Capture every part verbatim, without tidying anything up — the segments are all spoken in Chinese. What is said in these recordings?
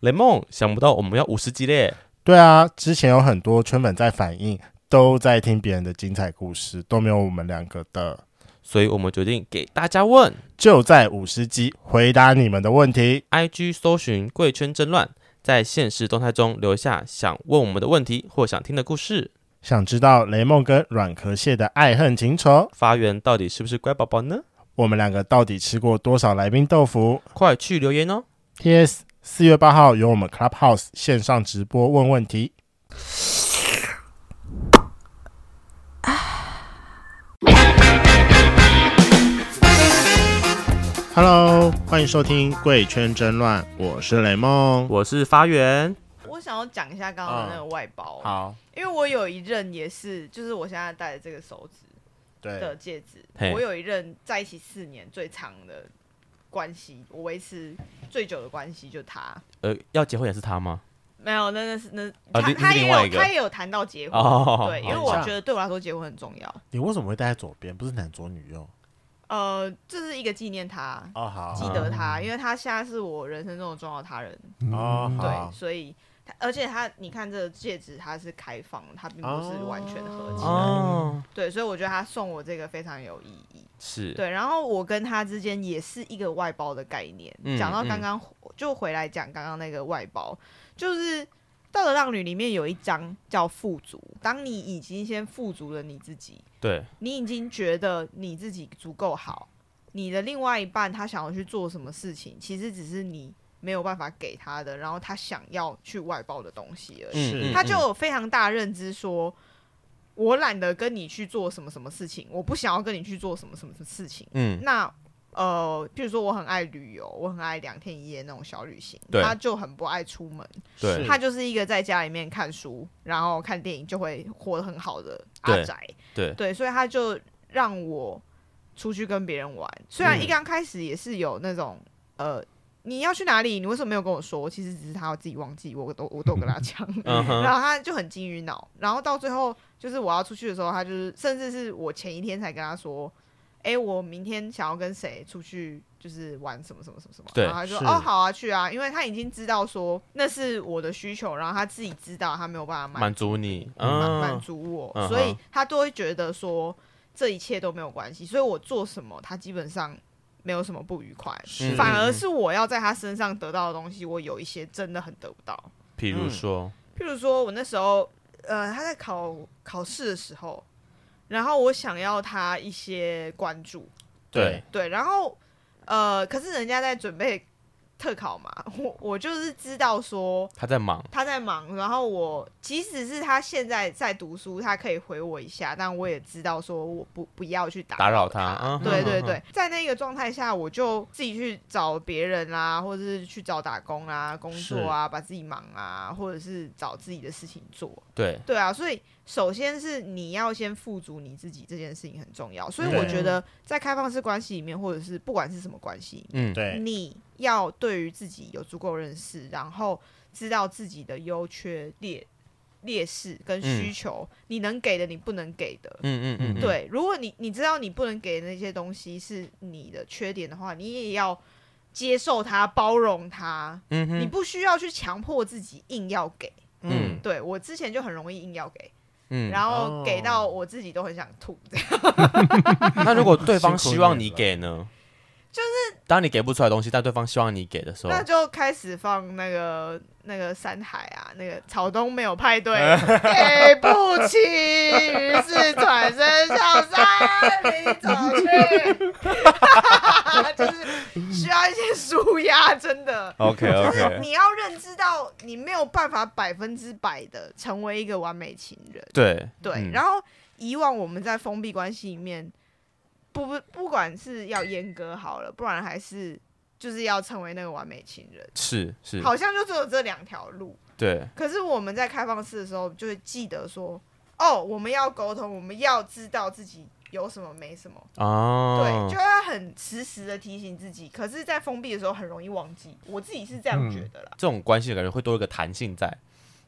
雷梦，想不到我们要五十集嘞！ 对啊，之前有很多圈粉在反映，都在听别人的精彩故事，都没有我们两个的， 所以我们决定给大家问， 就在五十集回答你们的问题。 I G 搜寻贵圈争乱，在限时动态中留下想问我们的问题或想听的故事。 想知道雷梦跟软壳蟹的爱恨情仇， 发源到底是不是乖宝宝呢？ 我们两个到底吃过多少来宾豆腐？ 快去留言哦 P S 四月八号有我们 Clubhouse 线上直播问问题。Hello， 欢迎收听《贵圈争乱》，我是雷梦， 我是发源。 我想要讲一下刚刚的那个外包、 嗯，好， 因为我有一任也是，就是我现在戴的这个手指的戒指，我有一任在一起四年最长的关系，我维持最久的关系就他。 呃，要结婚也是他吗？ 没有，那那是那、 啊、 他他也有他也有谈到结婚， 哦、 对，因为我觉得对我来说结婚很重要。 你为什么会戴在左边？不是男左女右？ 呃，这是一个纪念他， 哦好， 记得他，因为他现在是我人生中的重要他人。 哦， 对，所以而且他，你看这个戒指，它是开放的，它并不是完全合起来。 哦， 对，所以我觉得他送我这个非常有意义。 是， 对，然后我跟他之间也是一个外包的概念。讲、嗯、到刚刚、嗯、就回来讲刚刚那个外包，就是《道德浪女》里面有一章叫富足。当你已经先富足了你自己， 对， 你已经觉得你自己足够好，你的另外一半他想要去做什么事情，其实只是你没有办法给他的，然后他想要去外包的东西而已。他就有非常大认知说，我懒得跟你去做什么什么事情，我不想要跟你去做什么什么事情。嗯，那呃，譬如说我很爱旅游，我很爱两天一夜那种小旅行，他就很不爱出门。对，他就是一个在家里面看书，然后看电影就会活得很好的阿宅。 对 对, 对，所以他就让我出去跟别人玩。虽然一刚开始也是有那种、嗯、呃。你要去哪里？你为什么没有跟我说？其实只是他自己忘记，我都我都跟他讲，然后他就很金鱼脑。然后到最后，就是我要出去的时候，他就是甚至是我前一天才跟他说，哎、欸，我明天想要跟谁出去，就是玩什么什么什么什么。然后他就说，哦，好啊，去啊，因为他已经知道说那是我的需求，然后他自己知道他没有办法满足你，满满足我，嗯、所以他都会觉得说这一切都没有关系。所以我做什么，他基本上没有什么不愉快，反而是我要在他身上得到的东西，我有一些真的很得不到。 譬如说， 嗯、譬如说我那时候，呃，他在考考试的时候，然后我想要他一些关注， 对对，然后呃，可是人家在准备特考嘛，我我就是知道说他在忙， 他在忙，然后我即使是他现在在读书，他可以回我一下，但我也知道说我不不要去打扰他。 打扰他， 对对对，在那个状态下，我就自己去找别人啦，或者是去找打工啊、工作啊，把自己忙啊，或者是找自己的事情做。 对对啊，所以首先是你要先富足你自己，这件事情很重要。所以我觉得在开放式关系里面，或者是不管是什么关系里面，嗯，对，你要对于自己有足够认识，然后知道自己的优缺劣劣势跟需求、嗯，你能给的，你不能给的，嗯嗯嗯，对。如果你你知道你不能给的那些东西是你的缺点的话，你也要接受它，包容它。嗯哼，你不需要去强迫自己硬要给。嗯，对，我之前就很容易硬要给。嗯，然后给到我自己都很想吐这样。 那如果对方希望你给呢？就是当你给不出来的东西，但对方希望你给的时候， 那就开始放那个那个山海啊，那个草东没有派对，给不起，于是转身向山里走去。就是需要一些舒压，真的。 OK OK， 你要认知到你没有办法百分之百的成为一个完美情人。 对对、嗯，然后以往我们在封闭关系里面。不不，不管是要阉割好了，不然还是就是要成为那个完美情人， 是是， 好像就只有这两条路。 对。 可是我们在开放式的时候，就会记得说，哦，我们要沟通，我们要知道自己有什么没什么。哦。对，就要很实时的提醒自己。可是，在封闭的时候很容易忘记，我自己是这样觉得啦。 嗯、这种关系的感觉会多一个弹性在。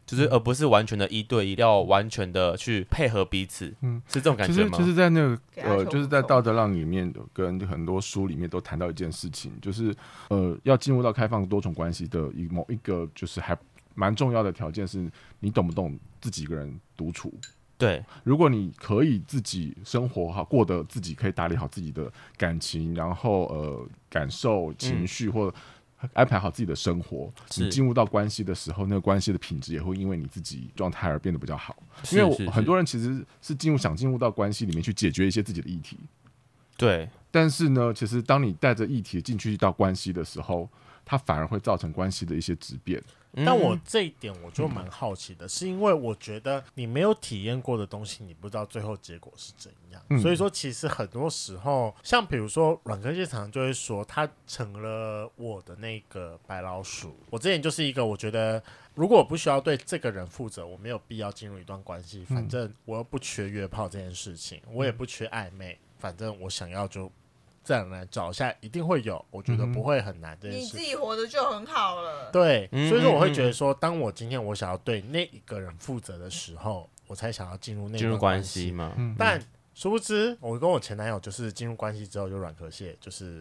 就是而不是完全的一对一，要完全的去配合彼此，嗯，是这种感觉吗？ 其实就是在那个呃，就是在道德浪里面跟很多书里面都谈到一件事情，就是呃，要进入到开放多重关系的一某一个就是还蛮重要的条件是，你懂不懂自己一个人独处。 对， 如果你可以自己生活好，过得自己可以打理好自己的感情，然后呃感受情绪、嗯、或安排好自己的生活，你进入到关系的时候，那个关系的品质也会因为你自己状态而变得比较好。因为我很多人其实是进入想进入到关系里面去解决一些自己的议题， 对。 但是呢，其实当你带着议题进去到关系的时候，它反而会造成关系的一些质变。 但我这一点我就蛮好奇的、嗯、是因为我觉得你没有体验过的东西你不知道最后结果是怎样、嗯、所以说其实很多时候像比如说阮科技常常就会说他成了我的那个白老鼠。我之前就是一个我觉得如果我不需要对这个人负责，我没有必要进入一段关系，反正我又不缺约炮这件事情，我也不缺暧昧，反正我想要就自然来找一下，一定会有，我觉得不会很难这件事、嗯、 你自己活着就很好了。 对、嗯、所以说我会觉得说当我今天我想要对那一个人负责的时候，我才想要进入那段关系嘛、 嗯、但殊不知我跟我前男友就是进入关系之后就软壳蟹，就是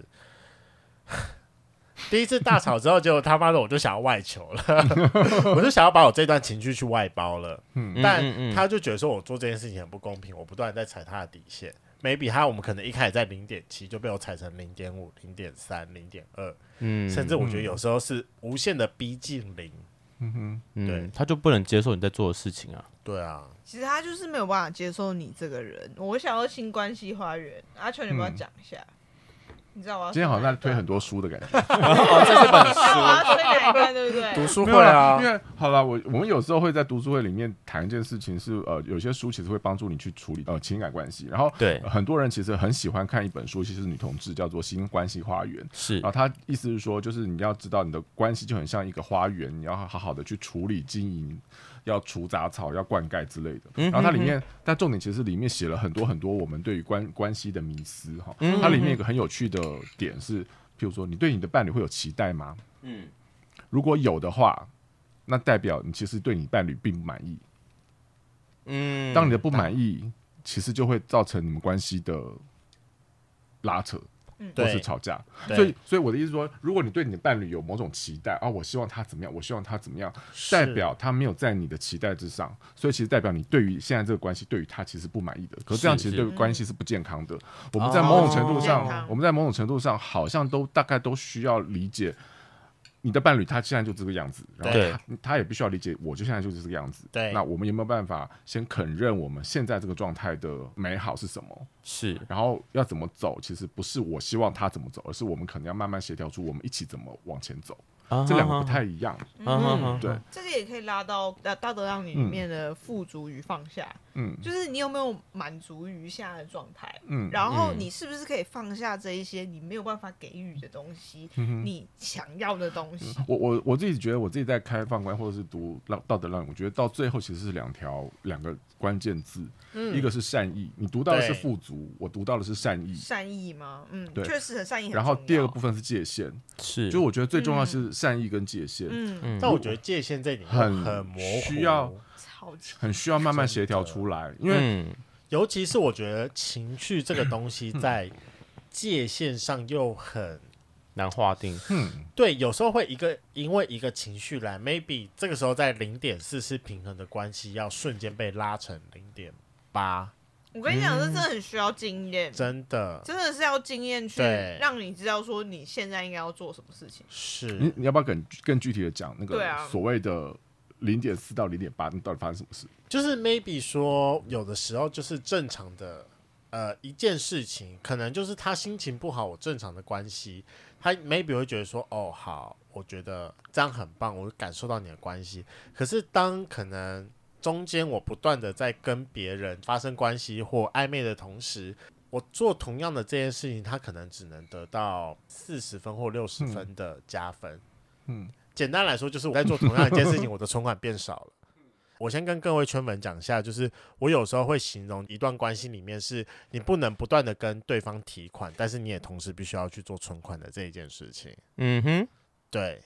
第一次大吵之后结果他妈的我就想要外求了我就想要把我这段情绪去外包了、嗯、但他就觉得说我做这件事情很不公平，我不断在踩他的底线。maybe 他我们可能一开始在 零点七 就被我踩成 零点五 零点三 零点二、嗯、甚至我觉得有时候是无限的逼近零、 嗯哼，对、嗯、他就不能接受你在做的事情啊。 对啊， 其实他就是没有办法接受你这个人。我想要新关系花园，阿全你要不要讲一下、嗯你知道我今天好像在推很多书的感觉哦，这是本书我要推哪一段对不对？ 读书会啊， 因为好了，我我们有时候会在读书会里面谈一件事情是，呃，有些书其实会帮助你去处理呃情感关系，然后对、 呃、很多人其实很喜欢看一本书，其实是女同志，叫做《新关系花园》， 是， 然后他意思是说，就是你要知道你的关系就很像一个花园，你要好好的去处理经营。要除杂草，要灌溉之类的。嗯、然后它里面，但重点其实里面写了很多很多我们对于关关系的迷思哈。嗯、它里面有一个很有趣的点是，譬如说，你对你的伴侣会有期待吗？嗯，如果有的话，那代表你其实对你伴侣并不满意。嗯，当你的不满意，其实就会造成你们关系的拉扯。或是吵架，所以所以我的意思是说，如果你对你的伴侣有某种期待啊，我希望他怎么样，我希望他怎么样，代表他没有在你的期待之上，所以其实代表你对于现在这个关系，对于他其实不满意的。可是这样其实对关系是不健康的。我们在某种程度上，哦、我们在某种程度上好像都大概都需要理解。你的伴侣他现在就这个样子，然后 他, 他也必须要理解我就现在就是这个样子。 对， 那我们有没有办法先肯认我们现在这个状态的美好是什么？ 是， 然后要怎么走？其实不是我希望他怎么走，而是我们可能要慢慢协调出我们一起怎么往前走。啊、这两个不太一样。 嗯，对，这个也可以拉到道德浪女里面的富足与放下。嗯，就是你有没有满足于现在的状态？嗯，然后你是不是可以放下这一些你没有办法给予的东西，嗯、你想要的东西？ 嗯、我我我自己觉得，我自己在开放观或者是读道德浪，我觉得到最后其实是两条两个关键字。嗯、一个是善意，你读到的是富足，我读到的是善意。 善意吗？嗯，对，确实很善意很重要。 然后第二个部分是界限， 是， 就我觉得最重要是善意跟界限。 嗯嗯，但我觉得界限这里面很很模糊， 需要很需要慢慢协调出来，因为、 嗯、尤其是我觉得情绪这个东西在界限上又很难划定。 嗯，对，有时候会一个因为一个情绪来 ，maybe 这个时候在零点四是平衡的关系，要瞬间被拉成零点八。 我跟你讲，这真的很需要经验、嗯， 真的， 真的是要经验去让你知道说你现在应该要做什么事情。 是， 你你要不要更更具体的讲那个所谓的零点四到零点八，那到底发生什么事？ 就是 maybe 说有的时候就是正常的呃一件事情，可能就是他心情不好，我正常的关系，他 maybe 会觉得说哦好，我觉得这样很棒，我感受到你的关系。可是当可能中间我不断的在跟别人发生关系或暧昧的同时，我做同样的这件事情，他可能只能得到四十分或六十分的加分。嗯，简单来说就是我在做同样一件事情，我的存款变少了。我先跟各位圈粉讲一下，就是我有时候会形容一段关系里面是你不能不断的跟对方提款，但是你也同时必须要去做存款的这一件事情。嗯哼，对。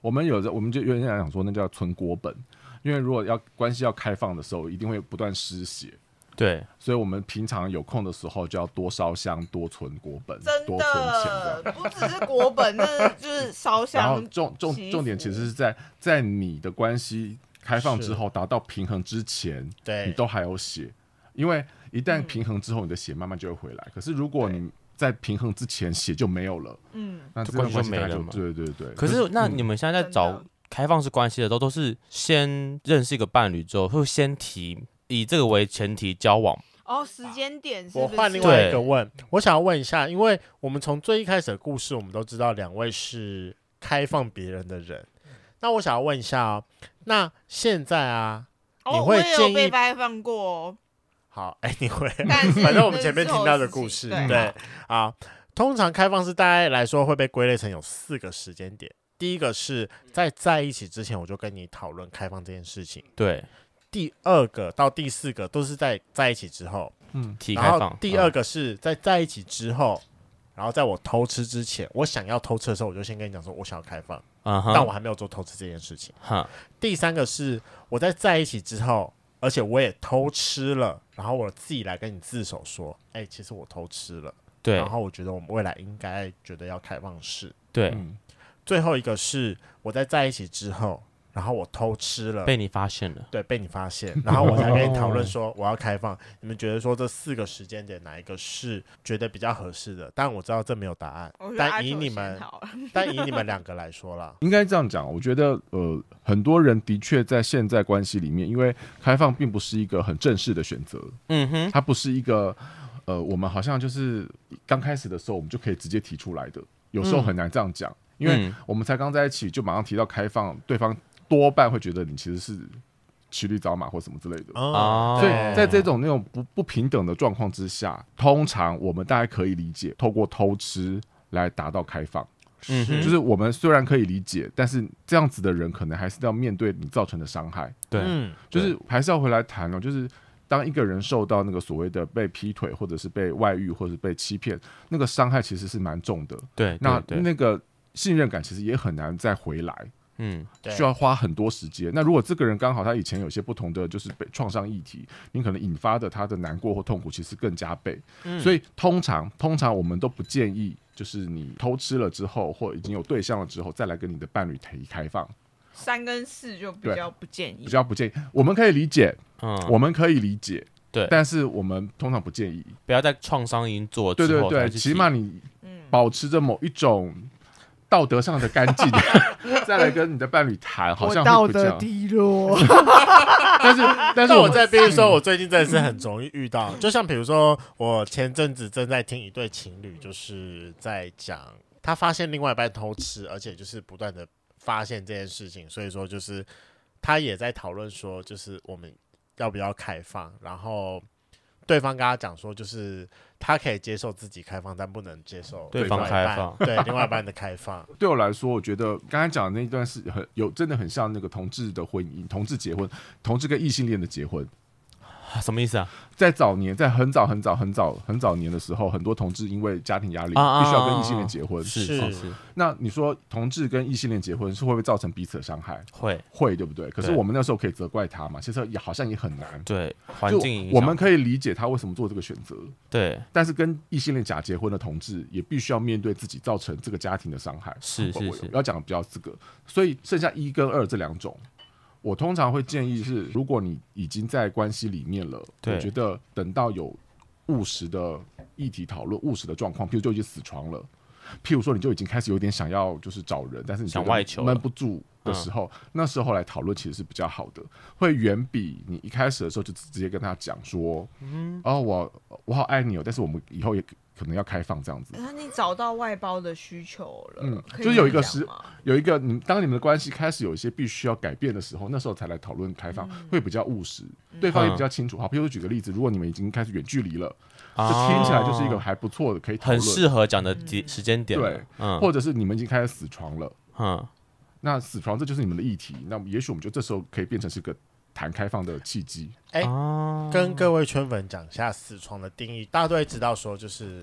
我们有的我们就有点想说，那叫存国本，因为如果要关系要开放的时候，一定会不断失血。 对， 所以我们平常有空的时候就要多烧香、多存国本、 真多存钱的不只是国本，那就是烧香。 然后重重重点其实是在在你的关系开放之后达到平衡之前， 对你都还有血，因为一旦平衡之后，你的血慢慢就会回来。可是如果你在平衡之前血就没有了， 嗯， 那这段关系就没了嘛。 对对对。 可是那你们现在在找开放式关系的都都是先认识一个伴侣之后，会先提以这个为前提交往。 哦，时间点是不是？ 我换另外一个问，我想要问一下，因为我们从最一开始的故事，我们都知道两位是开放别人的人，那我想要问一下哦，那现在啊， 哦、 你会建议我也有被开放过、哦？ 好，哎、欸，你会， 但是反正我们前面听到的故事， 对， 对啊，通常开放式大概来说会被归类成有四个时间点，第一个是在在一起之前我就跟你讨论开放这件事情， 对。 第二个到第四个都是在在一起之后， 嗯，提开放。 然后第二个是在在一起之后，嗯、然后在我偷吃之前，我想要偷吃的时候，我就先跟你讲说，我想要开放，嗯、但我还没有做偷吃这件事情。 嗯、 第三个是我在在一起之后，而且我也偷吃了，然后我自己来跟你自首说，哎、欸，其实我偷吃了。 对。 然后我觉得我们未来应该觉得要开放式。 对。 嗯、最后一个是我在在一起之后。然后我偷吃了， 被你发现了， 对，被你发现，然后我才跟你讨论说我要开放。你们觉得说这四个时间点哪一个是觉得比较合适的？但我知道这没有答案，但以你们，但以你们两个来说啦， 应该这样讲。我觉得呃，很多人的确在现在关系里面，因为开放并不是一个很正式的选择，嗯哼，它不是一个呃，我们好像就是刚开始的时候我们就可以直接提出来的，有时候很难这样讲，嗯、因为我们才刚在一起就马上提到开放，对方。多半会觉得你其实是骑驴找马或什么之类的，哦、所以在这种那种 不, 不平等的状况之下，通常我们大概可以理解，透过偷吃来达到开放。嗯，就是我们虽然可以理解，但是这样子的人可能还是要面对你造成的伤害。 对， 嗯，就是还是要回来谈哦。就是当一个人受到那个所谓的被劈腿，或者是被外遇，或者是被欺骗，那个伤害其实是蛮重的。 对， 那对对那个信任感其实也很难再回来。 嗯， 需要花很多时间。那如果这个人刚好他以前有些不同的就是被创伤议题，你可能引发的他的难过或痛苦其实更加倍。嗯、所以通常通常我们都不建议，就是你偷吃了之后，或已经有对象了之后，再来跟你的伴侣提开放。 三跟四就比较不建议， 比较不建议。我们可以理解，嗯，我们可以理解， 对， 但是我们通常不建议。 不要在创伤已经做之后， 对对对，起码你保持着某一种道德上的干净，再来跟你的伴侣谈，好像会比较道德低落。 但是，但是我在边说，我最近真的是很容易遇到，就像比如说，我前阵子正在听一对情侣，就是在讲他发现另外一半偷吃，而且就是不断的发现这件事情，所以说就是他也在讨论说，就是我们要不要开放，然后对方跟他讲说，就是他可以接受自己开放，但不能接受对方开放， 对另外一半的开放。 对我来说，我觉得刚才讲的那一段是很有，真的很像那个同志的婚姻，同志结婚，同志跟异性恋的结婚。 什么意思啊？ 在早年，在很早很早很早很早年的时候，很多同志因为家庭压力， 啊啊啊啊必须要跟异性恋结婚。 是是是。 那你说同志跟异性恋结婚是会不会造成彼此的伤害？ 会会，对不对？可是我们那时候可以责怪他嘛，其实也好像也很难。 对，环境影响。 我们可以理解他为什么做这个选择。 对。 但是跟异性恋假结婚的同志也必须要面对自己造成这个家庭的伤害。 是是是。 要讲的比较这个，所以剩下一跟二这两种。我通常会建议是，如果你已经在关系里面了，我觉得等到有务实的议题讨论、务实的状况，譬如就已经死床了，譬如说你就已经开始有点想要就是找人，但是你想外求闷不住的时候，嗯、那时候来讨论其实是比较好的，会远比你一开始的时候就直接跟他讲说，嗯，哦，我我好爱你哦，但是我们以后也可能要开放这样子。 那你找到外包的需求了， 嗯，就是有一个时有一个你当你们的关系开始有一些必须要改变的时候，那时候才来讨论开放，嗯、会比较务实，对方也比较清楚。好，比如说举个例子，如果你们已经开始远距离了。这听起来就是一个还不错的可以讨论很适合讲的时间点， 对，嗯、或者是你们已经开始死床了，嗯，那死床这就是你们的议题，那也许我们就这时候可以变成是个谈开放的契机。 哎、欸，哦、跟各位圈粉讲一下死床的定义，大家都会知道说，就是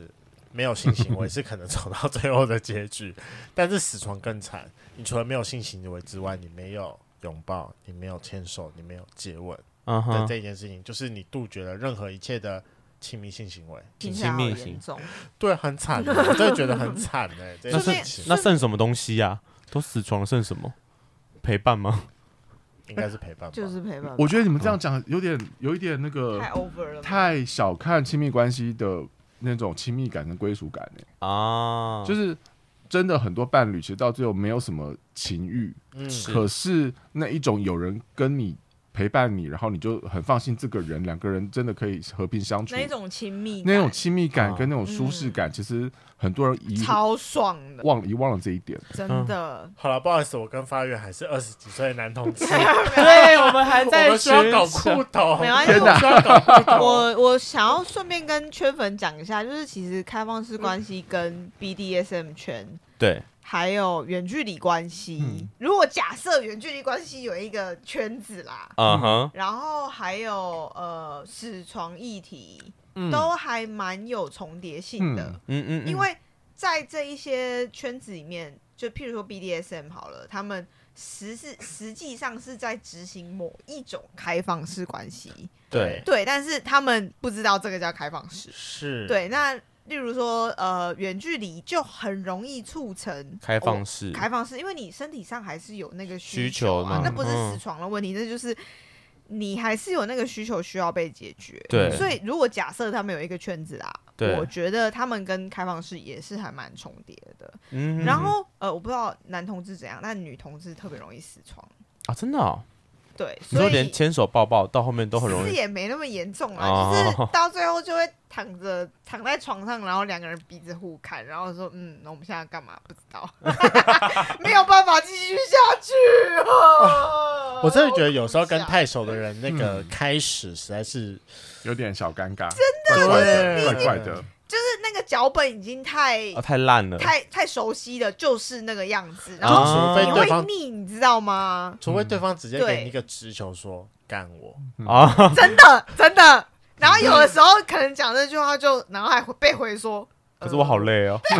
没有性行为是可能走到最后的结局，但是死床更惨。你除了没有性行为之外，你没有拥抱，你没有牵手，你没有接吻的这件事情，就是你杜绝了任何一切的亲密性行为。 亲密性， 对，很惨的，我真的觉得很惨哎、欸。 那剩那剩什么东西啊？都死床剩什么？陪伴吗？ 应该是陪伴吧， 就是陪伴。 我觉得你们这样讲有点有一点那个太 over 了， 太小看亲密关系的那种亲密感跟归属感呢、欸。啊，就是真的很多伴侣其实到最后没有什么情欲，嗯，可是那一种有人跟你陪伴你，然后你就很放心这个人，两个人真的可以和平相处， 那种亲密那种亲密感跟那种舒适感，嗯、其实很多人遗超爽的， 忘遗忘了这一点， 真的。 嗯、好了，不好意思，我跟发源还是二十几岁的男同志， 对，我们还在我们需要搞裤头， 没关系，我需要搞裤头。我我想要顺便跟圈粉讲一下，就是其实开放式关系跟 B D S M 圈对。 还有远距离关系、嗯，如果假设远距离关系有一个圈子啦，嗯哼，然后还有呃死床议题、嗯，都还蛮有重叠性的，嗯嗯, 嗯，因为在这一些圈子里面，就譬如说 B D S M 好了，他们实是实际上是在执行某一种开放式关系， 对对，但是他们不知道这个叫开放式， 是对那。例如说，呃，远距离就很容易促成开放式、哦， 开放式，因为你身体上还是有那个需求啊，那不是死床的问题，这、嗯、就是你还是有那个需求需要被解决。 对， 所以如果假设他们有一个圈子啊，我觉得他们跟开放式也是还蛮重叠的。嗯，然后呃，我不知道男同志怎样，但女同志特别容易死床啊，真的哦。 对， 你说连牵手抱抱到后面都很容易， 其实也没那么严重啦、哦，就是到最后就会躺着躺在床上，然后两个人鼻子互看，然后说嗯，那我们现在干嘛？不知道，没有办法继续下去、 哦。我真的觉得有时候跟太熟的人那个开始实在是有点小尴尬， 真的怪怪的，怪怪的。 就是那个脚本已经太、 哦、太烂了， 太太熟悉了，就是那个样子，然后除非对方腻，你知道吗？ 除非对方直接给你一个直球说干我啊、 嗯，真的真的。然后有的时候可能讲这句话就，然后还被回说， 可是我好累哦。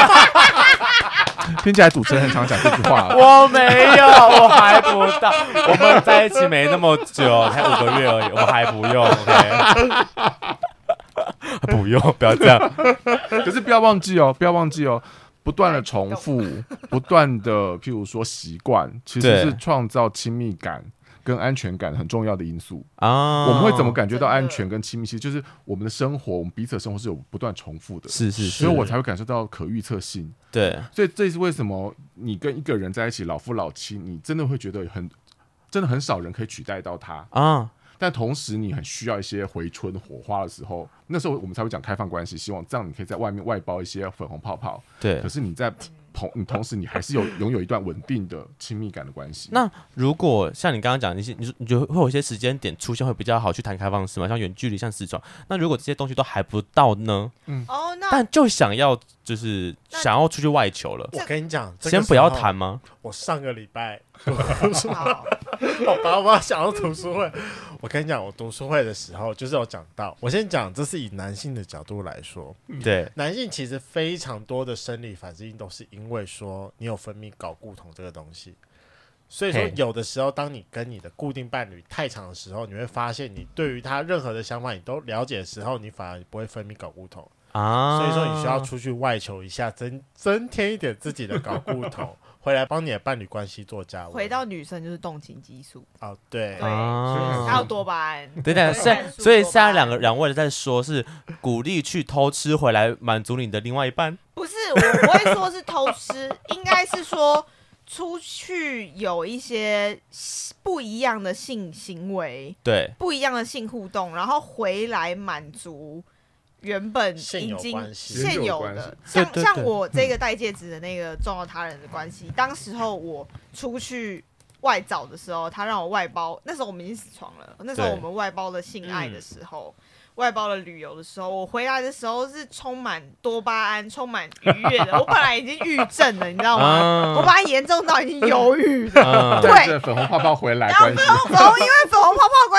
听起来主持人很常讲这句话。 我没有，我还不到，我们在一起没那么久，才五个月而已，我还不用。OK。不用，不要这样。 可是不要忘记哦，不要忘记哦，不断的重复，不断的，譬如说习惯，其实是创造亲密感跟安全感很重要的因素啊。我们会怎么感觉到安全跟亲密？其实就是我们的生活，我们彼此的生活是有不断重复的， 是是是， 所以我才会感受到可预测性。 对， 所以这是为什么你跟一个人在一起老夫老妻，你真的会觉得很，真的很少人可以取代到他啊。但同时你很需要一些回春火花的时候，那时候我们才会讲开放关系，希望这样你可以在外面外包一些粉红泡泡。 对， 可是你在同你同时你还是有拥有一段稳定的亲密感的关系。 那如果像你刚刚讲的一些，你你觉得会有一些时间点出现会比较好去谈开放式吗？像远距离，像死床。那如果这些东西都还不到呢？嗯，哦，那但就想要就是想要出去外求了。 我跟你讲，这个、 先不要谈吗？ 我上个礼拜读书，我爸爸想要读书会。我跟你讲，我读书会的时候就是有讲到，我先讲，这是以男性的角度来说， 对， 男性其实非常多的生理反应都是因为说你有分泌睾固酮这个东西，所以说有的时候当你跟你的固定伴侣太长的时候，你会发现你对于他任何的想法你都了解的时候，你反而不会分泌睾固酮啊，所以说你需要出去外求一下，增增添一点自己的睾固酮。回来帮你的伴侣关系做加温。 回到女生就是动情激素哦，对， 对，啊、还有多巴胺。 对对，所以所以现在两个两位在说是鼓励去偷吃回来满足你的另外一半。 不是，我不会说是偷吃，应该是说出去有一些不一样的性行为， 对， 不一样的性互动，然后回来满足。原本已经现有的，像对对对像我这个戴戒指的那个重要他人的关系，当时候我出去外找的时候，他让我外包，那时候我们已经死床了，那时候我们外包的性爱的时候，嗯、外包的旅游的时候，我回来的时候是充满多巴胺、充满愉悦的。我本来已经郁症了，你知道吗？啊、我本来严重到已经忧郁了。 啊、对，粉红泡泡回来， 然后粉红粉红，因为粉红泡泡的关系，它收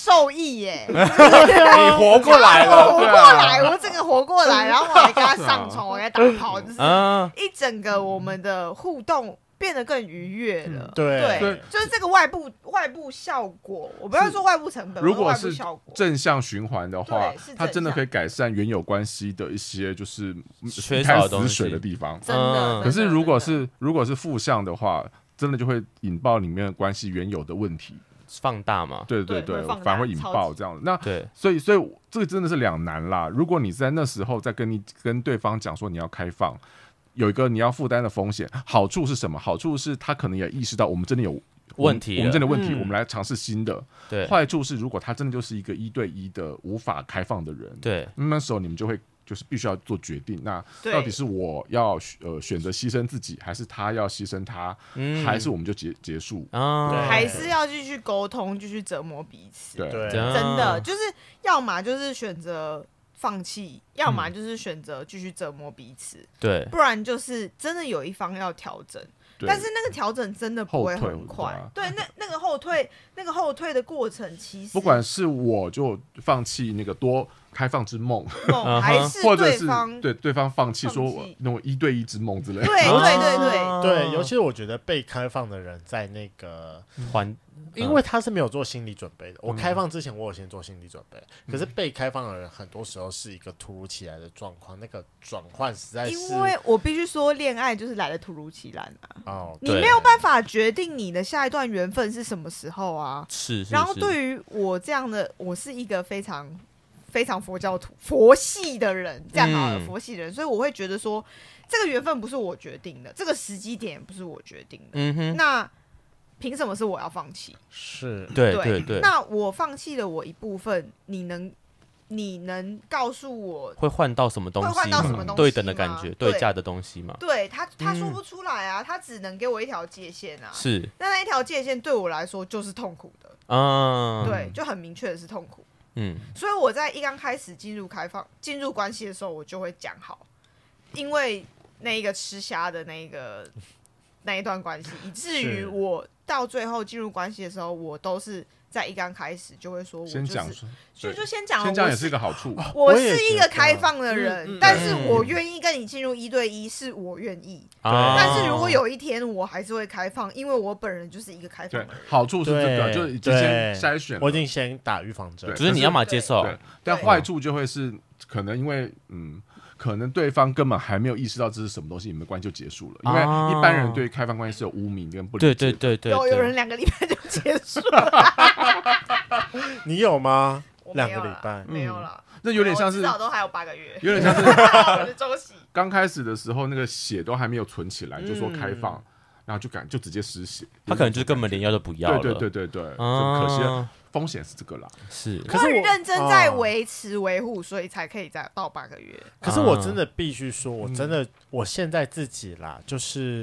受益耶！你活过来了， 活过来，我整个活过来，然后我还跟他上床，我还打炮，就是一整个我们的互动变得更愉悦了。 嗯、对, 对，就是这个外部外部效果，我不要说外部成本， 如果是正向循环的话，它真的可以改善原有关系的一些就是缺少死水的地方。 真的， 可是如果是如果是负向的话，真的就会引爆里面的关系原有的问题。 放大嘛？ 对对对，反而会引爆这样子。那对， 所以所以这个真的是两难啦。如果你在那时候再跟你跟对方讲说你要开放，有一个你要负担的风险，好处是什么？好处是他可能也意识到我们真的有问题， 我们真的问题， 嗯、 我们来尝试新的。 对， 坏处是如果他真的就是一个一对一的无法开放的人， 对， 那时候你们就会。就是必须要做决定，那到底是我要呃选择牺牲自己，还是他要牺牲他，嗯、还是我们就结结束啊？ 还是要继续沟通，继续折磨彼此？ 对， 真的就是要么就是选择放弃，要么就是选择继续折磨彼此， 对， 不然就是真的有一方要调整。但是那个调整真的不会很快，对，那那个后退，那个后退的过程，其实不管是我就放弃那个多开放之梦， 梦还是对方对对方放弃说那种一对一之梦之类的， 对对对对对，尤其是我觉得被开放的人在那个环。 因为他是没有做心理准备的，我开放之前我有先做心理准备，嗯、可是被开放的人很多时候是一个突如其来的状况，那个转换实在是， 因为我必须说，恋爱就是来的突如其来啊， 哦， 你没有办法决定你的下一段缘分是什么时候啊， 是， 然后对于我这样的，我是一个非常非常佛教徒、佛系的人，这样好了，嗯、佛系的人，所以我会觉得说，这个缘分不是我决定的，这个时机点也不是我决定的，嗯哼，那。凭什么是我要放弃？ 是对对对。 那我放弃了我一部分，你能你能告诉我会换到什么东西？ 会换到什么东西？ 对等的感觉，对价的东西吗？ 对他，他说不出来啊，嗯、他只能给我一条界限啊。 是。 那那一条界限对我来说就是痛苦的。 啊。 对，就很明确的是痛苦。 嗯。 所以我在一刚开始进入开放、进入关系的时候，我就会讲好，因为那一个吃虾的那一个。那一段关系，以至于我到最后进入关系的时候，我都是在一刚开始就会说，我就是先讲， 就就先讲， 先讲也是一个好处。 我是一个开放的人，嗯、但是我愿意跟你进入一对一，是我愿意。 啊、 但是如果有一天我还是会开放，因为我本人就是一个开放的人。 好处是这个，就已经先筛选， 我已经先打预防针， 就是你要么接受， 但坏处就会是可能因为嗯。可能对方根本还没有意识到这是什么东西，你们的关系就结束了。因为一般人对开放关系是有污名跟不理解。 对对对对， 有有人两个礼拜就结束了。 你有吗？两个礼拜没有了。 那有点像是至少都还有八个月， 有点像是我的周期。 刚开始的时候，那个血都还没有存起来，就说开放，然后就敢就直接失血。 他可能就是根本连要都不要了。 对对对对对，可惜。风险是这个啦， 是， 可是我认真在维持维护，所以才可以再到八个月。 可是我真的必须说，我真的，我现在自己啦，就是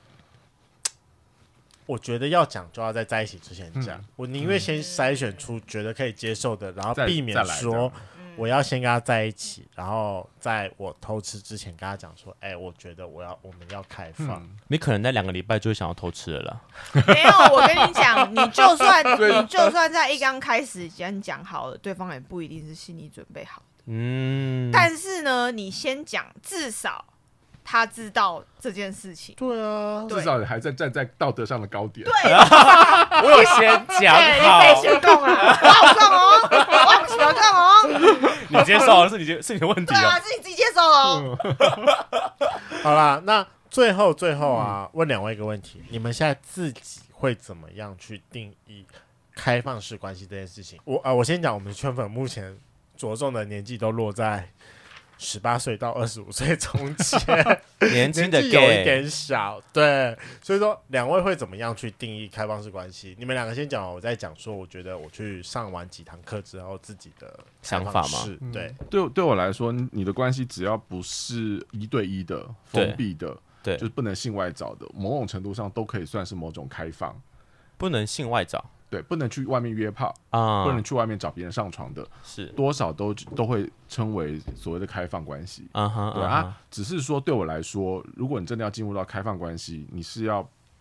我觉得要讲就要在在一起之前讲，我宁愿先筛选出觉得可以接受的，然后避免说我要先跟他在一起，然后在我偷吃之前跟他讲说，哎，我觉得我要我们要开放。 你可能那两个礼拜就会想要偷吃了啦。 没有，我跟你讲，你就算你就算在一刚开始先讲好了，对方也不一定是心理准备好的。 嗯， 但是呢，你先讲，至少他知道这件事情。 对啊， 至少还在站在道德上的高点。 对， 我有先讲好。 你别先动啊，我好动哦，我不喜欢动哦。 你接受是你是你的问题啊，是你自己接受哦。 好啦，那最后最后啊，嗯、问两位一个问题：你们现在自己会怎么样去定义开放式关系这件事情？我啊、呃，我先讲，我们圈粉目前着重的年纪都落在十八岁到二十五岁中间， 年轻的 gay 有一点小，对，所以说两位会怎么样去定义开放式关系？你们两个先讲，我再讲说，我觉得我去上完几堂课之后自己的想法吗？ 对， 嗯、对，对我来说，你的关系只要不是一对一的、封闭的， 对， 就是不能性外找的，某种程度上都可以算是某种开放。 不能性外找。 对，不能去外面约炮啊， 不能去外面找别人上床的， 是多少都都会称为所谓的开放关系。 啊哈， 对啊，只是说对我来说，如果你真的要进入到开放关系，你是要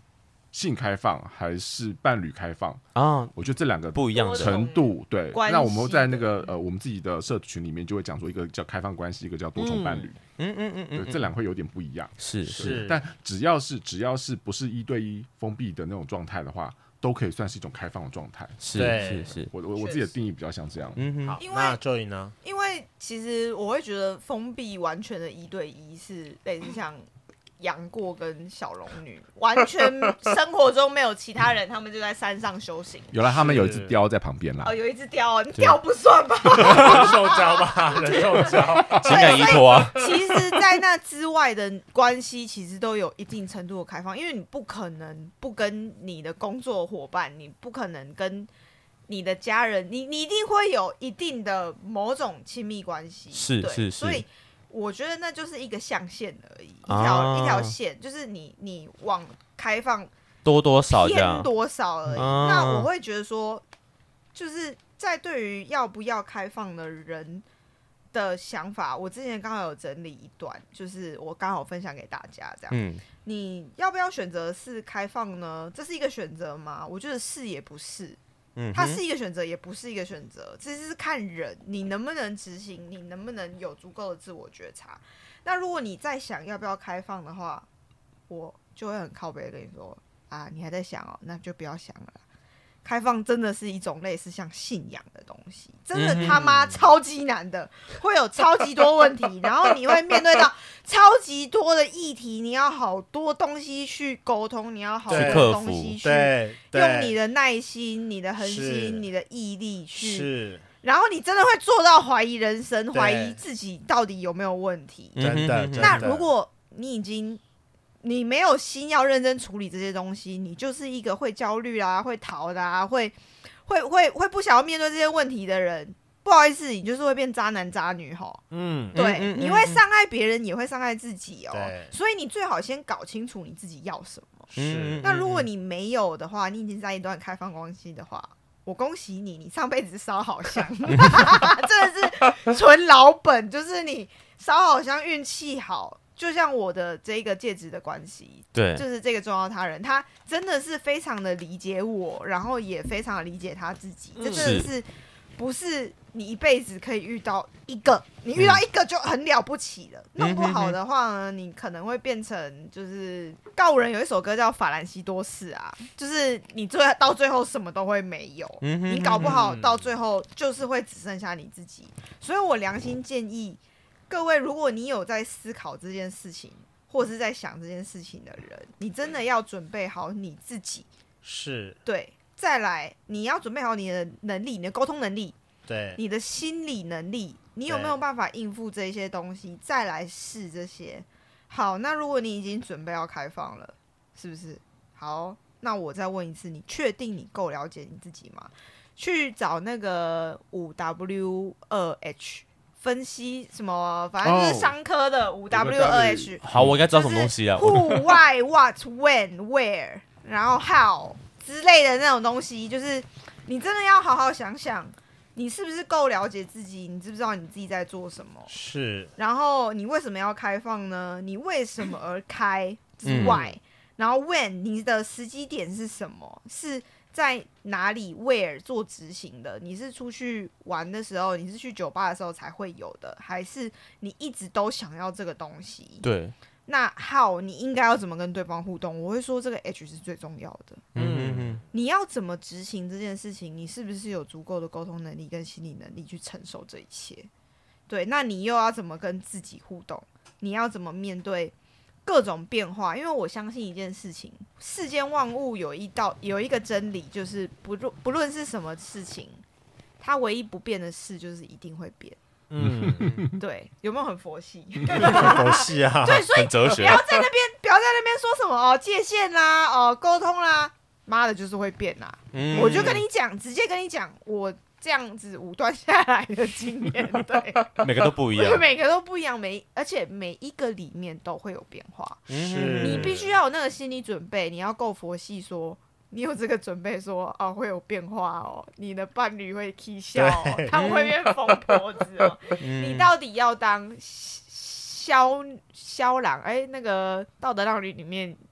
性开放还是伴侣开放啊？我觉得这两个不一样的程度。对，那我们在那个呃我们自己的社群里面就会讲说，一个叫开放关系，一个叫多重伴侣。嗯嗯嗯嗯，对，这两个会有点不一样。 是是， 但只要是只要是不是一对一封闭的那种状态的话，都可以算是一种开放的状态。 是是是， 我我我自己的定义比较像这样。 嗯哼，好，那 Joy 呢？ 因为其实我会觉得封闭完全的一对一是类似像杨过跟小龙女，完全生活中没有其他人，他们就在山上修行。 有了，他们有一只雕在旁边啦。 哦，有一只雕，雕不算吧？ 人兽交吧，人兽交， 情感依托啊。 其实，在那之外的关系，其实都有一定程度的开放，因为你不可能不跟你的工作伙伴，你不可能跟你的家人，你你一定会有一定的某种亲密关系。 是是是， 所以。我觉得那就是一个象限而已，一条、啊、一条线，就是你你往开放多多少偏多少而已。啊、那我会觉得说，就是在对于要不要开放的人的想法，我之前刚好有整理一段，就是我刚好分享给大家这样。嗯，你要不要选择是开放呢？这是一个选择吗？我觉得是也不是。它是一个选择，也不是一个选择，这是看人你能不能执行，你能不能有足够的自我觉察。那如果你在想要不要开放的话，我就会很靠北跟你说啊，你还在想哦，那就不要想了。开放真的是一种类似像信仰的东西，真的他妈超级难的，会有超级多问题，然后你会面对到超级多的议题，你要好多东西去沟通，你要好多东西去用你的耐心、你的恒心、你的毅力去，然后你真的会做到怀疑人生，怀疑自己到底有没有问题。 真的， 那如果你已经你没有心要认真处理这些东西，你就是一个会焦虑啊、会逃的啊、会会会会不想要面对这些问题的人。不好意思，你就是会变渣男渣女吼。嗯，对，嗯嗯、你会伤害别人，也会伤害自己哦。所以你最好先搞清楚你自己要什么。是。那如果你没有的话，你已经在一段开放关系的话，我恭喜你，你上辈子烧好香，真的是纯老本，就是你烧好香，运气好。就像我的这个戒指的关系， 对， 就是这个重要他人，他真的是非常的理解我，然后也非常的理解他自己。这真的是不是你一辈子可以遇到一个，你遇到一个就很了不起了。嗯、弄不好的话呢，你可能会变成就是告五人有一首歌叫《法兰西多士》啊，就是你最到最后什么都会没有，嗯、你搞不好到最后就是会只剩下你自己。所以我良心建议。各位，如果你有在思考这件事情，或是在想这件事情的人，你真的要准备好你自己。 是， 对。再来，你要准备好你的能力，你的沟通能力， 对， 你的心理能力，你有没有办法应付这些东西？再来试这些。好，那如果你已经准备要开放了，是不是？好，那我再问一次，你确定你够了解你自己吗？去找那个五 W 二 H。分析什么，反正就是商科的五 W 二 H。 好，我应该知道什么东西啊。 Who, Why, What, When, Where， 然后 How 之类的那种东西，就是你真的要好好想想，你是不是够了解自己？你知不知道你自己在做什么？ 是。 然后你为什么要开放呢？你为什么而开之外，嗯、然后 When 你的时机点是什么？是。在哪里 where 做执行的？你是出去玩的时候，你是去酒吧的时候才会有的，还是你一直都想要这个东西？ 对。 那 how 你应该要怎么跟对方互动？我会说这个 H 是最重要的。嗯嗯。你要怎么执行这件事情？你是不是有足够的沟通能力跟心理能力去承受这一切？对。那你又要怎么跟自己互动？你要怎么面对？各种变化，因为我相信一件事情，世间万物有一道有一个真理，就是不论不论是什么事情，它唯一不变的事就是一定会变。嗯，对，有没有很佛系？ 很佛系啊！ 对，所以哲学不要在那边不要在那边说什么哦界限啦，哦沟通啦，妈的，就是会变啦。嗯、我就跟你讲，直接跟你讲，我。这样子武断下来的经验，对， 每个都不一样， 每个都不一样，每而且每一个里面都会有变化。 是， 你必须要有那个心理准备，你要够佛系说，说你有这个准备说，说哦会有变化哦，你的伴侣会起笑哦，他们会变疯婆子哦，你到底要当枭枭郎？哎，那个《道德浪女》里面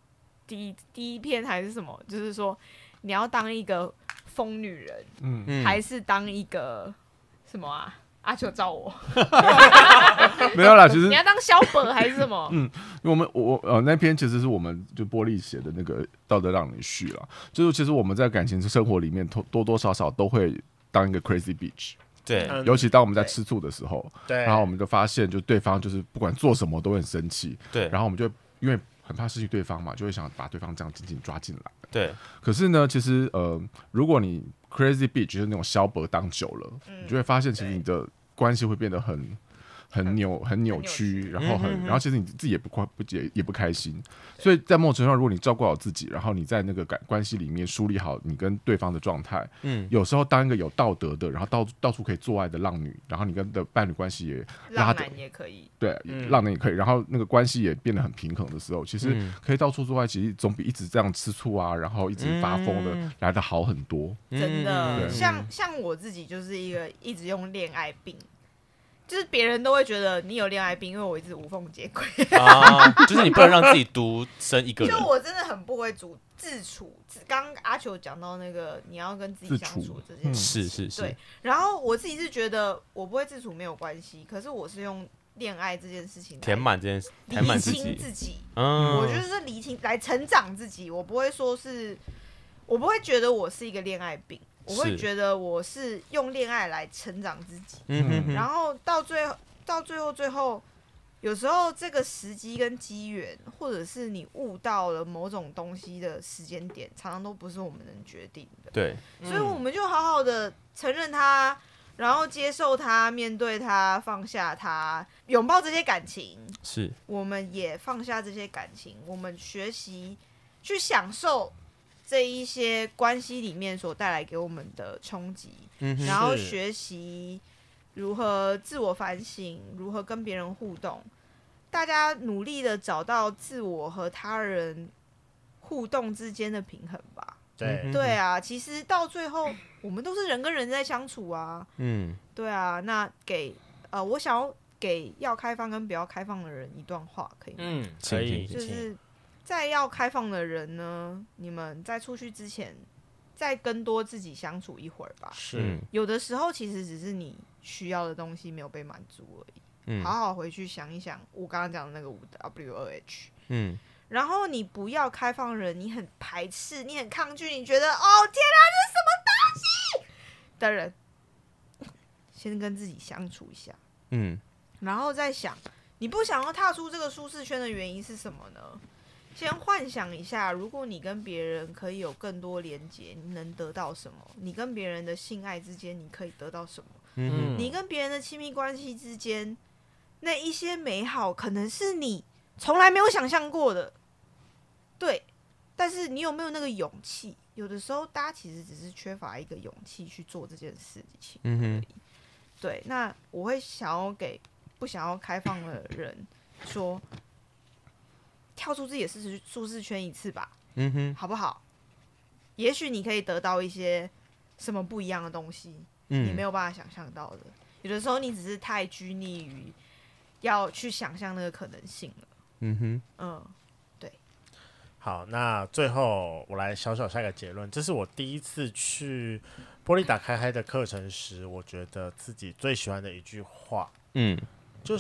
第一第一篇还是什么，就是说你要当一个疯女人，嗯，还是当一个什么啊？阿球照我， 没有啦，其实你要当小本还是什么？ 嗯，我们我呃那篇其实是我们就玻璃写的那个道德让你续了，就是其实我们在感情生活里面多多少少都会当一个 crazy bitch。 对， 尤其当我们在吃醋的时候， 对， 然后我们就发现，就对方就是不管做什么都会很生气， 对， 然后我们就因为很怕失去对方嘛，就会想把对方这样紧紧抓进来， 对。 可是呢，其实呃，如果你 crazy bitch 就是那种小伯当久了，嗯、你就会发现，其实你的关系会变得很。很扭很扭曲，然后很，然后其实你自己也不快不也也不开心，所以在某种程度上，如果你照顾好自己，然后你在那个感关系里面梳理好你跟对方的状态，嗯，有时候当一个有道德的，然后到到处可以做爱的浪女，然后你跟的伴侣关系也浪男也可以， 对，嗯、浪男也可以，然后那个关系也变得很平衡的时候，其实可以到处做爱，其实总比一直这样吃醋啊，然后一直发疯的、嗯、来的好很多。 真的，像像我自己就是一个一直用恋爱病。就是别人都会觉得你有恋爱病，因为我一直无缝接轨啊，就是你不能让自己独身一个人。 就我真的很不会主自处。刚刚阿球讲到那个你要跟自己相处这件事， 是是是。 对，然后我自己是觉得我不会自处没有关系，可是我是用恋爱这件事情填满这件事，填满自己， 理清自己。嗯，我就是理清来成长自己，我不会说是，我不会觉得我是一个恋爱病。我会觉得我是用恋爱来成长自己，嗯、然后到最后，到最后，最后，有时候这个时机跟机缘，或者是你悟到了某种东西的时间点，常常都不是我们能决定的。 对， 所以我们就好好的承认它，然后接受它，面对它，放下它，拥抱这些感情。 是，我们也放下这些感情，我们学习去享受。这一些关系里面所带来给我们的冲击，嗯、然后学习如何自我反省，如何跟别人互动，大家努力的找到自我和他人互动之间的平衡吧。 对对啊，其实到最后我们都是人跟人在相处啊。嗯，对啊，那给呃，我想要给要开放跟不要开放的人一段话，可以吗？ 嗯，可以， 就是。在要开放的人呢，你们在出去之前，再跟多自己相处一会儿吧。 是， 有的时候其实只是你需要的东西没有被满足而已。嗯，好好回去想一想，我刚刚讲的那个五 W 二 H。嗯，然后你不要开放人，你很排斥，你很抗拒，你觉得哦天啊，这是什么东西的人，先跟自己相处一下。嗯，然后再想，你不想要踏出这个舒适圈的原因是什么呢？先幻想一下，如果你跟别人可以有更多连结，你能得到什么？你跟别人的性爱之间，你可以得到什么？嗯，你跟别人的亲密关系之间，那一些美好，可能是你从来没有想象过的。对，但是你有没有那个勇气？有的时候，大家其实只是缺乏一个勇气去做这件事情而已。嗯、对，那我会想要给不想要开放的人说。跳出自己的舒适圈一次吧，嗯哼，好不好？也许你可以得到一些什么不一样的东西，嗯、你没有办法想象到的。有的时候你只是太拘泥于要去想象那个可能性了。嗯哼，嗯，对。 好，那最后我来小小下个结论，这是我第一次去玻璃打开开的课程时，我觉得自己最喜欢的一句话，嗯，就是。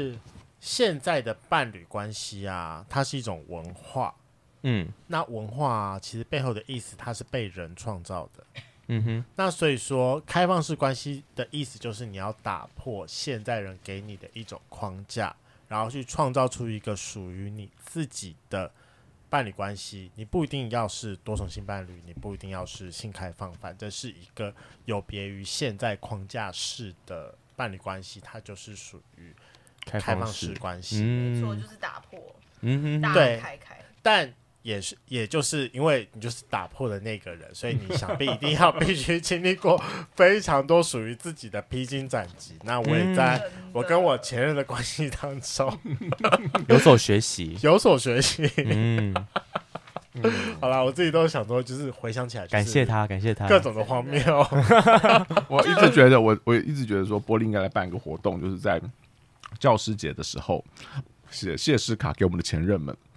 现在的伴侣关系啊，它是一种文化，嗯，那文化啊，其实背后的意思，它是被人创造的，嗯哼。那所以说，开放式关系的意思就是你要打破现代人给你的一种框架，然后去创造出一个属于你自己的伴侣关系。你不一定要是多重性伴侣，你不一定要是性开放，反正是一个有别于现在框架式的伴侣关系，它就是属于。开放式关系， 没错，就是打破， 嗯哼，对，开开，但也是，也就是因为你就是打破的那个人，所以你想必一定要必须经历过非常多属于自己的披荆斩棘。那我也在我跟我前任的关系当中有所学习， 有所学习。嗯，嗯好啦，我自己都想说，就是回想起来， 感谢他，感谢他， 各种的荒谬。 我一直觉得，我我一直觉得说，玻璃应该来办一个活动，就是在。教师节的时候，写谢师卡给我们的前任们，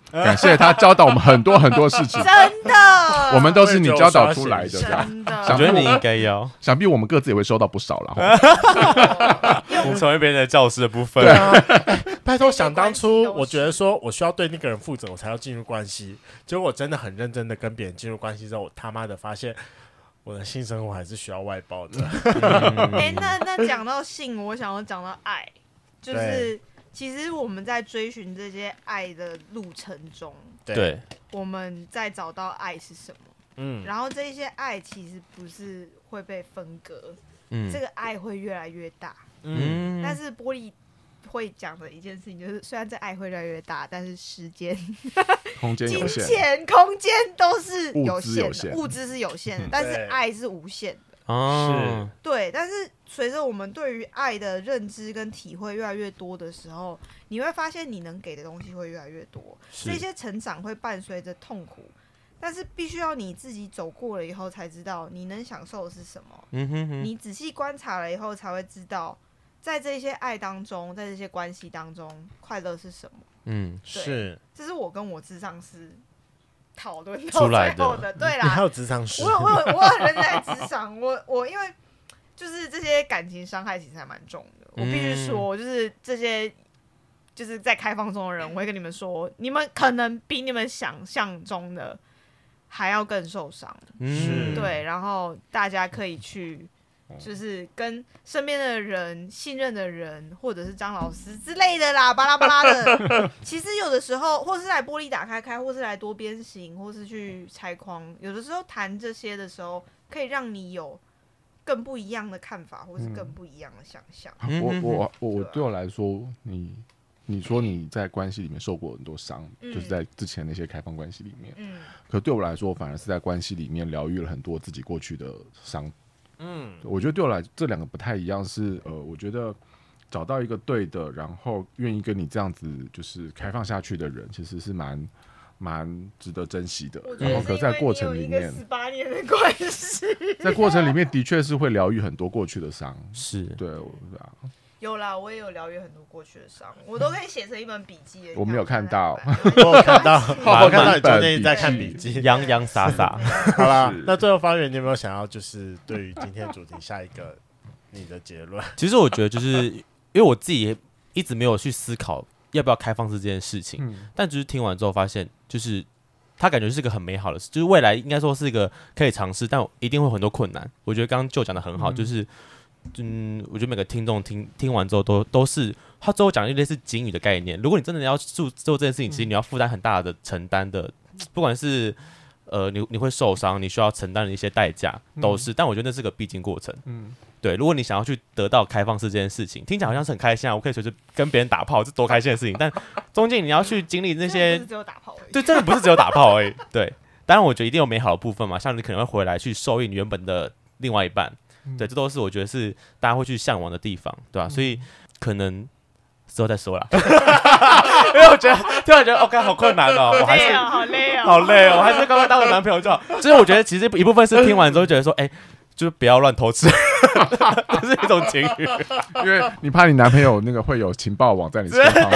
感谢他教导我们很多很多事情， 真的， 我们都是你教导出来的，这样。 真的， 我觉得你应该要， 想必我们各自也会收到不少了。 成为别人的教师的部分。 对啊，拜托，想当初我觉得说我需要对那个人负责，我才要进入关系。结果我真的很认真的跟别人进入关系之后，我他妈的发现我的性生活还是需要外包的。 哎、欸，那那讲到性，我想要讲到爱，就是其实我们在追寻这些爱的路程中， 对， 我们在找到爱是什么。嗯，然后这些爱其实不是会被分割，嗯，这个爱会越来越大。嗯，但是玻璃会讲的一件事情就是，虽然这爱会越来越大，但是时间、 空间、 金钱、空间都是有限的， 物质是有限的，但是爱是无限的。 哦， 对。但是随着我们对于爱的认知跟体会越来越多的时候，你会发现你能给的东西会越来越多，这些成长会伴随着痛苦。但是必须要你自己走过了以后才知道你能享受的是什么。嗯哼哼，你仔细观察了以后才会知道，在这些爱当中，在这些关系当中，快乐是什么。嗯，是，这是我跟我諮商师讨论到最后的。对啦， 你还有諮商师？ 我有我有我很认真在諮商。我我因为就是这些感情伤害其实还蛮重的。我必须说，就是这些就是在开放中的人，我会跟你们说，你们可能比你们想象中的还要更受伤。嗯，对，然后大家可以去就是跟身边的人、信任的人，或者是张老师之类的啦，巴拉巴拉的。其实有的时候，或是来玻璃打开开，或是来多边形，或是去拆框，有的时候谈这些的时候，可以让你有更不一样的看法，或是更不一样的想象。 嗯、我我我我对我来说，你你说你在关系里面受过很多伤，嗯、就是在之前那些开放关系里面，嗯，可对我来说，反而是在关系里面疗愈了很多自己过去的伤。嗯，我觉得对我来这两个不太一样是，呃，我觉得找到一个对的，然后愿意跟你这样子就是开放下去的人，其实是蛮蛮值得珍惜的。然后可在过程里面， 十八年的关系， 在过程里面的确是会疗愈很多过去的伤。 是， 对，我啊。 有啦，我也有疗愈很多过去的伤，我都可以写成一本笔记。 我没有看到， 我有看到，我看到你中间在看笔记， 洋洋洒洒。 好啦，那最后方圆，你有没有想要就是对于今天主题下一个你的结论？ 其实我觉得就是因为我自己也一直没有去思考要不要开放式这件事情，嗯、但就是听完之后发现，就是它感觉是个很美好的事，就是未来应该说是一个可以尝试，但一定会有很多困难。我觉得刚刚就讲的很好，嗯、就是。嗯，我觉得每个听众听听完之后都都是他最后讲一类似警语的概念。如果你真的要做做这件事情，其实你要负担很大的承担的，不管是呃你你会受伤，你需要承担的一些代价都是。嗯、但我觉得那是个必经过程。嗯，对。如果你想要去得到开放式这件事情，听起来好像是很开心啊，我可以随时跟别人打炮，是多开心的事情。但中间你要去经历那些， 不是只有打炮而已。 对，真的不是只有打炮而已。对，当然我觉得一定有美好的部分嘛，像你可能会回来去受益你原本的另外一半。对，这都是我觉得是大家会去向往的地方，对吧、啊？所以可能之后再说啦。因为我觉得突然觉得 OK 好困难哦，我还是好累哦， 好累哦，我还是刚刚当个男朋友就好。就是我觉得其实一部分是听完之后觉得说，哎、欸，就是不要乱偷吃，这是一种情绪， 因为你怕你男朋友那个会有情报网在你身旁。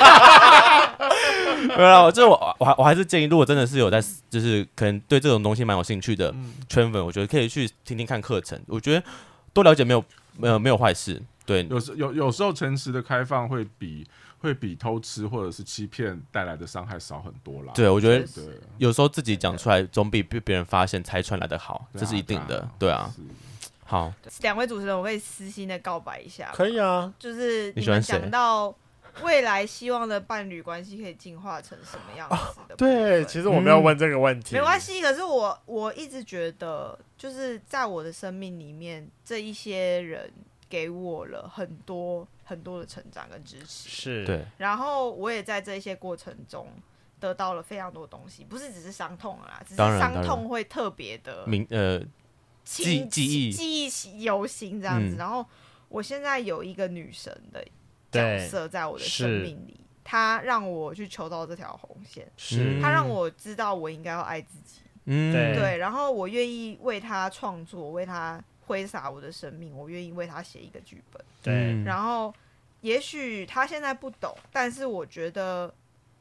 没有啦，就是我我我还是建议，如果真的是有在，就是可能对这种东西蛮有兴趣的圈粉，我觉得可以去听听看课程。我觉得多了解没有没有没有坏事。对， 有时有有时候诚实的开放会比会比偷吃或者是欺骗带来的伤害少很多啦。 对，我觉得有时候自己讲出来总比被别人发现拆穿来的好，这是一定的。对啊。好， 两位主持人，我可以私心的告白一下。 可以啊， 就是你们讲到未来希望的伴侣关系可以进化成什么样子的、哦？ 对，其实我没有问这个问题， 嗯、没关系。可是我我一直觉得，就是在我的生命里面，这一些人给我了很多很多的成长跟支持， 是对。 然后我也在这一些过程中得到了非常多东西，不是只是伤痛啦，只是伤痛会特别的明呃记记忆记忆犹新这样子、嗯。然后我现在有一个女神的角色在我的生命里，她让我去求到这条红线，是她让我知道我应该要爱自己，嗯，对，然后我愿意为她创作，为她挥洒我的生命，我愿意为她写一个剧本， 对。 然后也许她现在不懂，但是我觉得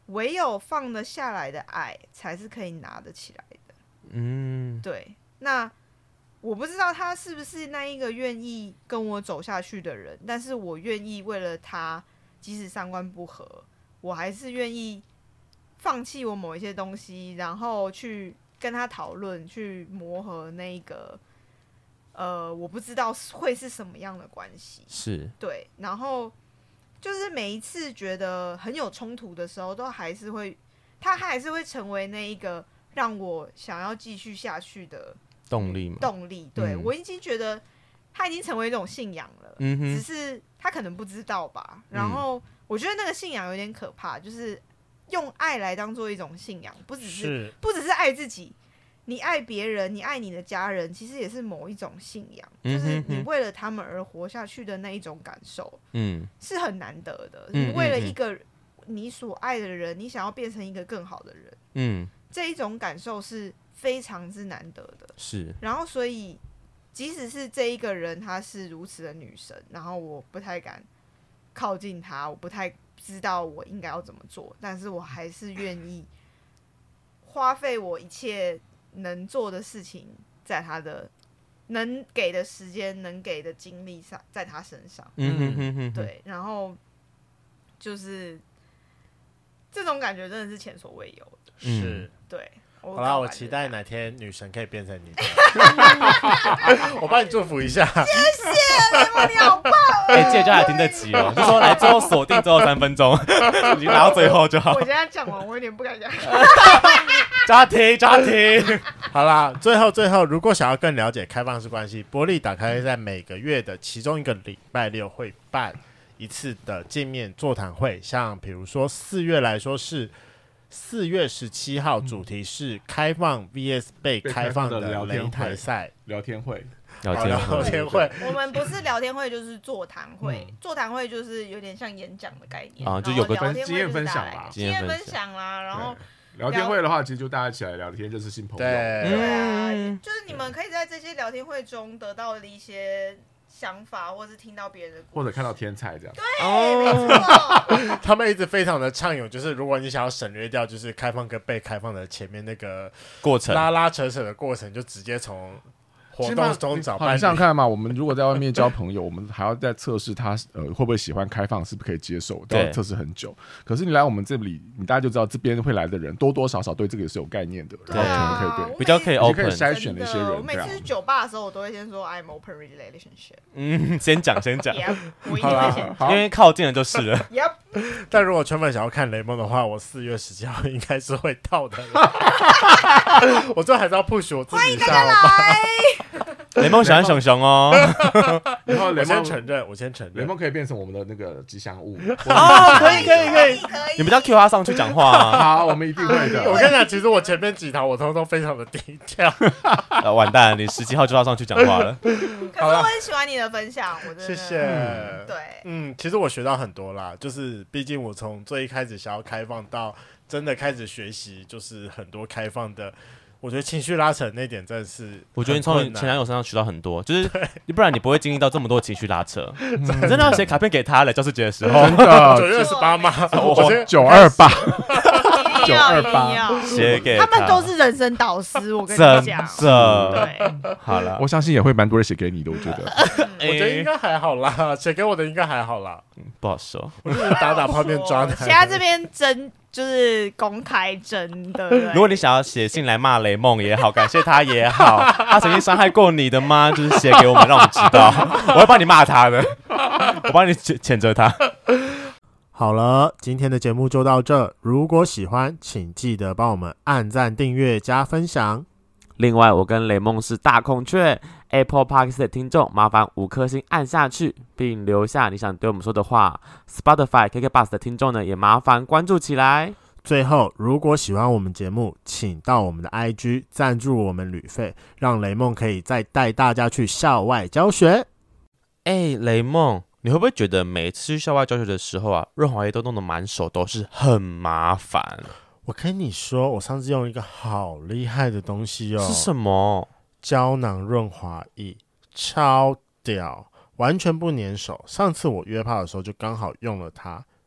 唯有放得下来的爱，才是可以拿得起来的。嗯，对。那我不知道他是不是那一个愿意跟我走下去的人，但是我愿意为了他，即使三观不合，我还是愿意放弃我某一些东西，然后去跟他讨论，去磨合那一个。呃，我不知道会是什么样的关系， 是对，然后就是每一次觉得很有冲突的时候，都还是会，他还是会成为那一个让我想要继续下去的动力嘛。 动力，对、嗯、我已经觉得他已经成为一种信仰了，嗯哼，只是他可能不知道吧。然后我觉得那个信仰有点可怕，就是用爱来当做一种信仰，不只是, 是不只是爱自己。你爱别人，你爱你的家人，其实也是某一种信仰，嗯、就是你为了他们而活下去的那一种感受，嗯，是很难得的。嗯、你为了一个你所爱的人，你想要变成一个更好的人，嗯，这一种感受是非常之难得的。 是， 然后所以，即使是这一个人她是如此的女神，然后我不太敢靠近她，我不太知道我应该要怎么做，但是我还是愿意花费我一切能做的事情，在他的能给的时间、能给的精力上，在他身上。嗯哼哼哼，对，然后就是这种感觉真的是前所未有的。 是， 对。 好啦，我期待哪天女神可以变成你的，我帮你祝福一下。 谢谢，雷蒙你好棒！ 哎、欸，记得叫他听得起哦，就说来最后锁定最后三分钟，你拿到最后就好。 我现在讲完，我有点不敢讲。 叫他听，叫他听。 好啦，最后最后，如果想要更了解开放式关系，波莉打开在每个月的其中一个礼拜六会办一次的见面座谈会，像比如说四月来说是。四月十七号，主题是开放 V S 被开放的擂台赛聊天会， 聊天会， 聊天会。 我们不是聊天会，就是座谈会。嗯、座谈会就是有点像演讲的概念啊，就有个经验分享啦， 经验分享啦，然后。 聊天会的话，其实就大家一起来聊天，认识新朋友。 对， 对啊，就是你们可以在这些聊天会中得到的一些想法，或是听到别人的故事， 或者看到天才这样。 对，哦、没错。 他们一直非常的畅泳，就是如果你想要省略掉，就是开放跟被开放的前面那个过程， 拉拉扯扯的过程，就直接从。活动中找伴侣， 你想想看嘛，我们如果在外面交朋友，我们还要再测试他呃会不会喜欢开放，是不是可以接受，都要测试很久。可是你来我们这里，你大家就知道这边会来的人多多少少对这个也是有概念的， 对啊， 可以对比较可以 open， 可以筛选的一些人。 我每次去酒吧的时候，我都会先说 I'm open relationship。 嗯，先讲先讲， yep, 我一定会先讲，因为靠近了就是了。 Yep。 但如果圈粉想要看雷蒙的话，我四月十七号应该是会到的。我最后还是要 push 我自己一下，好吧？ 雷蒙喜欢熊熊哦， 然后雷蒙我先承认，我先承认， 雷蒙可以变成我们的那个吉祥物哦，可以可以可以，你们要 Q 他上去讲话啊？ 好，我们一定会的。 我跟你讲，其实我前面几堂我通通非常的低调， 呃，完蛋，你十七号就要上去讲话了。 可是我很喜欢你的分享，我真的谢谢。 嗯、对， 嗯，其实我学到很多啦，就是毕竟我从最一开始想要开放到真的开始学习，就是很多开放的。我觉得情绪拉扯那点真的是， 我觉得你从你前男友身上学到很多，就是不然你不会经历到这么多情绪拉扯。你真的要写卡片给他了，教师节的时候， 真的九月二十八吗？ 我九二八， 九二八， 写给他们都是人生导师，我跟你讲， 真的，对，好了， 我相信也会蛮多人写给你的，我觉得， 我觉得应该还好啦，写给我的应该还好啦， 不好说， 我就是打打泡面抓的。 现在这边真。就是公开真的， 如果你想要写信来骂雷梦也好，感谢他也好，他曾经伤害过你的吗？就是写给我们，让我们知道，我会帮你骂他的，我帮你谴责他。 好了，今天的节目就到这。如果喜欢，请记得帮我们按赞、订阅、加分享。 另外，我跟雷梦是大孔雀 Apple Podcast 的听众，麻烦五颗星按下去，并留下你想对我们说的话。Spotify、K K B O X 的听众呢，也麻烦关注起来。 最后，如果喜欢我们节目，请到我们的 I G 赞助我们旅费，让雷梦可以再带大家去校外教学。 哎、欸，雷梦，你会不会觉得每次去校外教学的时候啊，润滑液都弄得满手都是，很麻烦？ 我跟你说，我上次用一个好厉害的东西哦。 是什么？ 胶囊润滑液，超屌，完全不粘手。上次我约炮的时候就刚好用了它，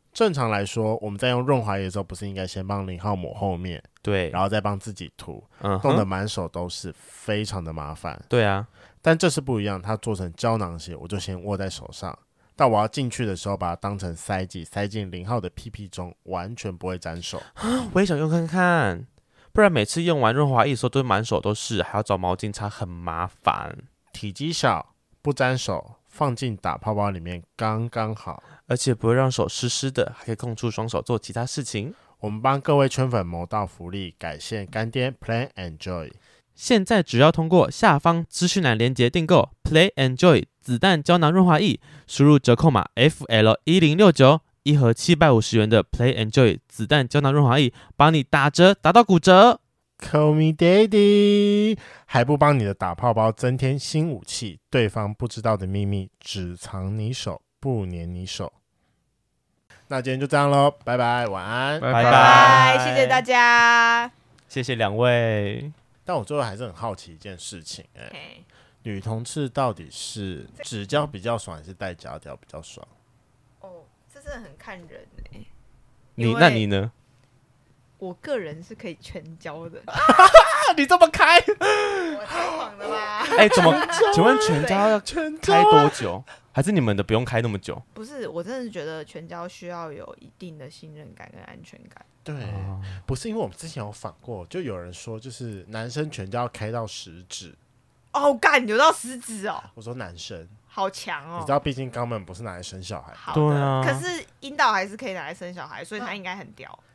正常来说，我们在用润滑液的时候，不是应该先帮零号抹后面， 对， 然后再帮自己涂，嗯，弄得满手都是，非常的麻烦。 对啊， 但这次不一样，它做成胶囊型，我就先握在手上。到我要进去的时候，把它当成塞剂，塞进零号的屁屁中，完全不会沾手。 我也想用看看，不然每次用完润滑液的时候都满手都是，还要找毛巾擦，很麻烦。 体积小，不沾手，放进打泡包里面刚刚好， 而且不会让手湿湿的，还可以空出双手做其他事情。 我们帮各位圈粉谋到福利，感谢干爹 Play Enjoy。 现在只要通过下方资讯栏连结订购 Play Enjoy 子弹胶囊润滑液，输入折扣码 F L 一零六九，一盒七百五十元的 Play Enjoy 子弹胶囊润滑液，帮你打折打到骨折。 Call me daddy， 还不帮你的打泡包增添新武器，对方不知道的秘密，只藏你手，不粘你手。那今天就这样咯，拜拜，晚安， 拜拜， 谢谢大家， 谢谢两位。 但我最后还是很好奇一件事情、欸 okay. 女同志到底是指交比较爽，还是带假条比较爽？ 哦，这真的很看人欸。 你那你呢？ 我个人是可以全交的。 你这么开， 我超爽的啦！ 哎、欸，怎么？请问全交要开多久？还是你们的不用开那么久？ 不是，我真的是觉得全交需要有一定的信任感跟安全感。 对，哦、不是因为我们之前有访过，就有人说，就是男生全交要开到食指。 哦，干，有到食指哦！ 我说男生。 好强哦！ 你知道，毕竟肛门不是拿来生小孩。 对啊，可是阴道还是可以拿来生小孩，所以他应该很屌。